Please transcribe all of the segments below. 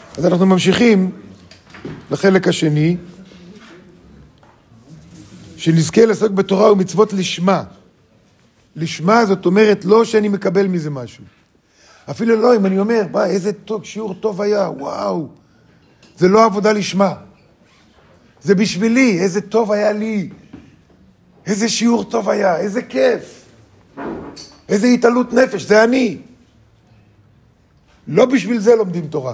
אז אנחנו ממשיכים לחלק השני, שנזכה לעסוק בתורה ומצוות לשמה. לשמה זאת אומרת לא שאני מקבל מזה משהו. אפילו לא, אם אני אומר, איזה שיעור טוב היה, וואו. זה לא עבודה לשמה. זה בשבילי, איזה טוב היה לי. איזה שיעור טוב היה, איזה כיף. איזה התעלות נפש, זה אני. לא בשביל זה לומדים תורה.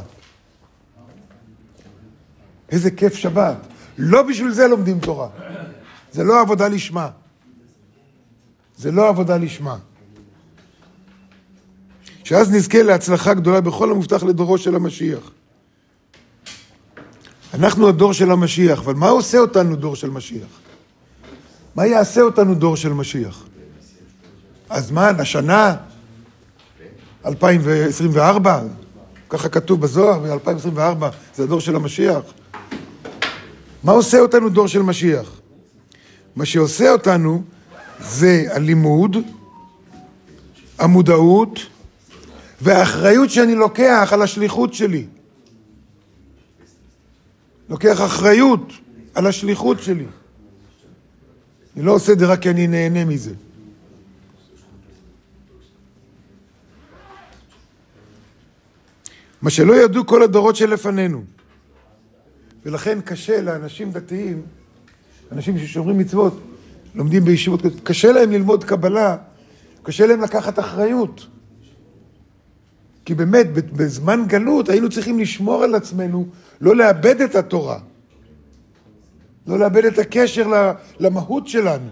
איזה כיף שבת. לא בשביל זה לומדים תורה. זה לא עבודה לשמה. זה לא עבודה לשמה. שאז נזכה להצלחה גדולה בכל המובטח לדורו של המשיח. אנחנו הדור של המשיח, אבל מה עושה אותנו דור של משיח? מה יעשה אותנו דור של משיח? הזמן, השנה, 2024, ככה כתוב בזוהר, ב-2024, זה הדור של המשיח. מה עושה אותנו דור של משיח? מה שעושה אותנו זה הלימוד, המודעות, והאחריות שאני לוקח על השליחות שלי. לוקח אחריות על השליחות שלי. אני לא עושה את זה רק כי אני נהנה מזה. מה שלא ידעו כל הדורות שלפנינו. ולכן קשה לאנשים דתיים, אנשים ששומרים מצוות, לומדים בישיבות, קשה להם ללמוד קבלה, קשה להם לקחת אחריות. כי באמת, בזמן גלות היינו צריכים לשמור על עצמנו, לא לאבד את התורה. לא לאבד את הקשר למהות שלנו.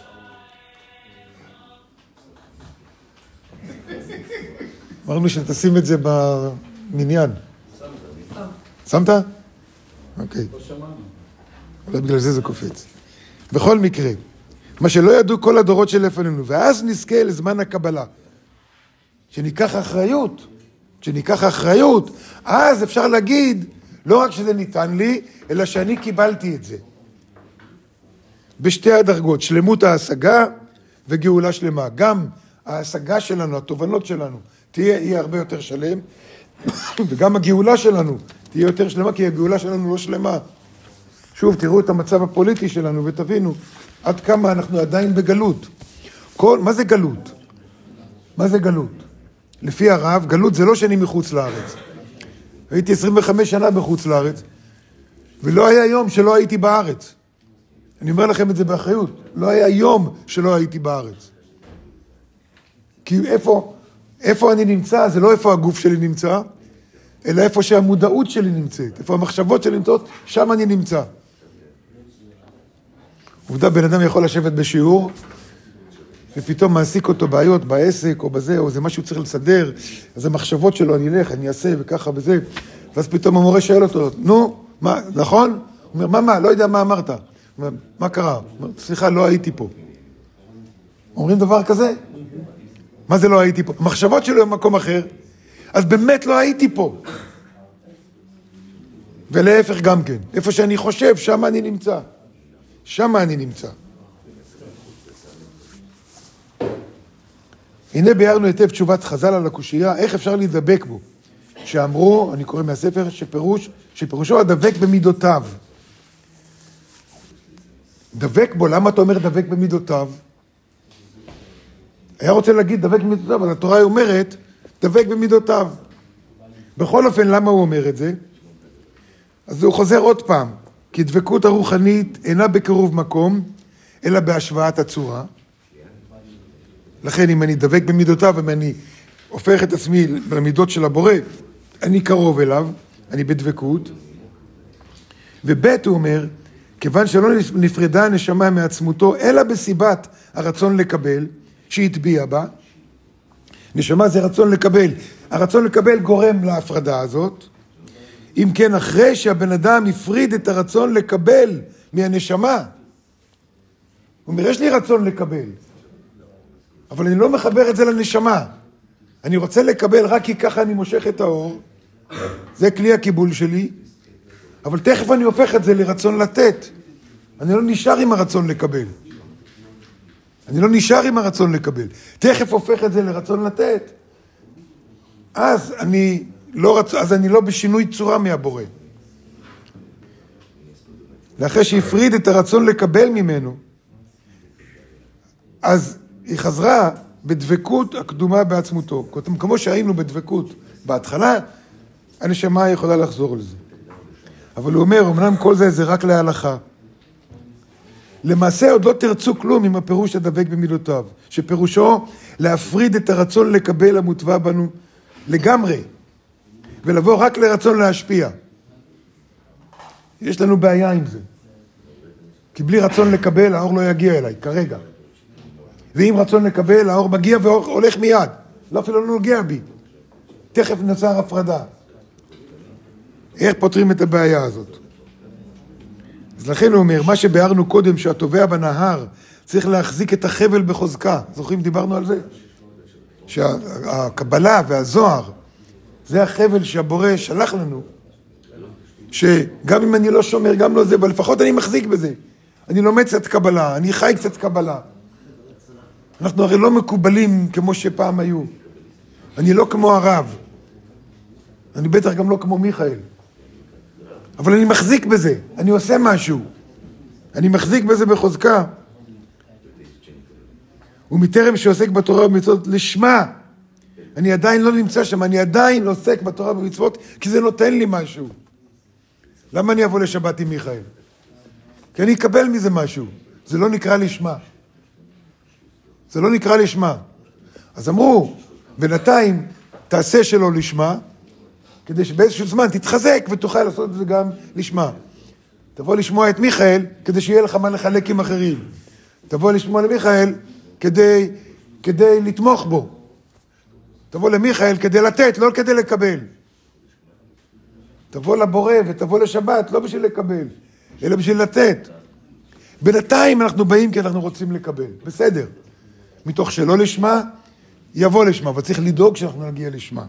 אמרנו שתשים את זה במניין. שמת? אוקיי. אולי בגלל זה קופץ. בכל מקרה, מה שלא ידעו כל הדורות שלפנינו, ואז נזכה לזמן הקבלה. שניקח אחריות. כשניקח אחריות, אז אפשר להגיד, לא רק שזה ניתן לי, אלא שאני קיבלתי את זה. בשתי הדרגות, שלמות ההשגה וגאולה שלמה. גם ההשגה שלנו, התובנות שלנו, יהיה הרבה יותר שלם, וגם הגאולה שלנו תהיה יותר שלמה, כי הגאולה שלנו לא שלמה. שוב, תראו את המצב הפוליטי שלנו ותבינו עד כמה אנחנו עדיין בגלות. מה זה גלות? מה זה גלות? לפי הרב, גלות זה לא שאני מחוץ לארץ. הייתי 25 שנה בחוץ לארץ, ולא היה יום שלא הייתי בארץ. אני אומר לכם את זה באחריות. לא היה יום שלא הייתי בארץ. כי איפה אני נמצא, זה לא איפה הגוף שלי נמצא, אלא איפה שהמודעות שלי נמצאת. איפה המחשבות שלי נמצאות, שם אני נמצא. עובדה, בן אדם יכול לשבת בשיעור, ופתאום מעסיק אותו בעיות בעסק או בזה, או זה משהו צריך לסדר, אז המחשבות שלו, אני אלך, אני אעשה וככה וזה, ואז פתאום המורה שואל אותו, נו, מה, נכון? הוא אומר, מה, לא יודע מה אמרת. הוא אומר, מה קרה? הוא אומר, סליחה, לא הייתי פה. אומרים דבר כזה? מה זה לא הייתי פה? המחשבות שלו במקום אחר, אז באמת לא הייתי פה. ולהפך גם כן, איפה שאני חושב, שם אני נמצא. שם אני נמצא. הנה ביארנו היטב תשובת חז"ל על הקושייה, איך אפשר להידבק בו? שאמרו, אני קורא מהספר, שפירושו הדבק במידותיו. דבק בו, למה אתה אומר דבק במידותיו? היה רוצה להגיד דבק במידותיו, אבל התורה אומרת, דבק במידותיו. בכל אופן, למה הוא אומר את זה? אז הוא חוזר עוד פעם, כי דבקות הרוחנית אינה בקירוב מקום, אלא בהשוואת הצורה. לכן אם אני דבק במידותיו, אם אני הופך את עצמי למידות של הבורא, אני קרוב אליו, אני בדבקות. ובית הוא אומר, כיוון שלא נפרדה הנשמה מעצמותו, אלא בסיבת הרצון לקבל, שהטביע בה. נשמה זה רצון לקבל. הרצון לקבל גורם להפרדה הזאת. אם כן, אחרי שהבן אדם הפריד את הרצון לקבל מהנשמה, הוא אומר, יש לי רצון לקבל, אבל אני לא מחבר את זה לנשמה. אני רוצה לקבל רק כי ככה אני מושך את האור, זה כלי הקיבול שלי, אבל תכף אני הופך את זה לרצון לתת. אני לא נשאר עם הרצון לקבל. אני לא נשאר עם הרצון לקבל. תכף הופך את זה לרצון לתת. אז אני אז אני לא בשינוי צורה מהבורא. לאחרי שהפריד את הרצון לקבל ממנו, אז היא חזרה בדבקות הקדומה בעצמותו. כמו שהיינו בדבקות בהתחלה, הנשמה יכולה לחזור לזה. אבל הוא אומר, אמנם כל זה רק להלכה. למעשה עוד לא תרצו כלום עם הפירוש הדבק במידותיו, שפירושו להפריד את הרצון לקבל המוטבע בנו לגמרי, ולבוא רק לרצון להשפיע. יש לנו בעיה עם זה. כי בלי רצון לקבל, האור לא יגיע אליי, כרגע. ואם רצון לקבל, האור מגיע והולך מיד. לא אפילו לא נוגע בי. תכף נוצר הפרדה. איך פותרים את הבעיה הזאת? אז לכן הוא אומר, מה שביארנו קודם, שהטובע בנהר, צריך להחזיק את החבל בחוזקה. זוכרים, דיברנו על זה? שהקבלה והזוהר, זה החבל שהבורא שלח לנו, שגם אם אני לא שומר, גם לא זה, אבל לפחות אני מחזיק בזה. אני לומד קצת קבלה, אני חי קצת קבלה. אנחנו הרי לא מקובלים כמו שפעם היו. אני לא כמו הרב. אני בטח גם לא כמו מיכאל. אבל אני מחזיק בזה, אני עושה משהו. אני מחזיק בזה בחוזקה. ומטרם שעוסק בתורה ובמצוות לשמה, אני עדיין לא נמצא שם, אני עדיין עוסק בתורה ובמצוות, כי זה נותן לי משהו. למה אני אבוא לשבת עם מיכאל? כי אני אקבל מזה משהו. זה לא נקרא לשמה. זה לא נקרא לשמה. אז אמרו, בינתיים תעשה שלא לשמה, כדי שבאיזשהו זמן תתחזק ותוכל לעשות את זה גם לשמה. תבוא לשמוע את מיכאל כדי שיהיה לך מה לחלק עם אחרים. תבוא לשמוע למיכאל כדי לתמוך בו. תבוא למיכאל כדי לתת, לא כדי לקבל. תבוא לבורא ותבוא לשבת, לא בשביל לקבל, אלא בשביל לתת. בינתיים אנחנו באים כי אנחנו רוצים לקבל. בסדר. מתוך שלא לשמה, יבוא לשמה, אבל צריך לדאוג שאנחנו נגיע לשמה.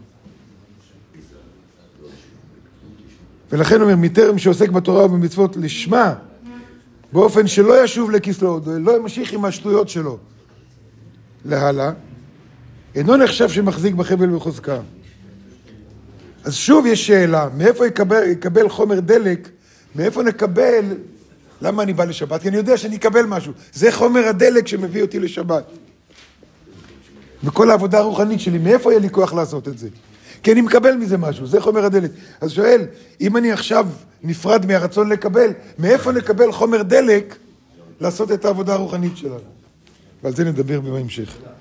ולכן אומר, מטרם שעוסק בתורה ובמצוות לשמה, באופן שלא ישוב לכסלו, לא ימשיך עם השטויות שלו. להלאה, אינו נחשב שמחזיק בחבל וחוזקה. אז שוב יש שאלה, מאיפה יקבל חומר דלק, מאיפה נקבל, למה אני בא לשבת? כי אני יודע שאני אקבל משהו. זה חומר הדלק שמביא אותי לשבת. וכל העבודה הרוחנית שלי, מאיפה יהיה לי כוח לעשות את זה? כי אני מקבל מזה משהו, זה חומר הדלק. אז שואל, אם אני עכשיו נפרד מהרצון לקבל, מאיפה נקבל חומר דלק לעשות את העבודה הרוחנית שלנו? ועל זה נדבר בהמשך.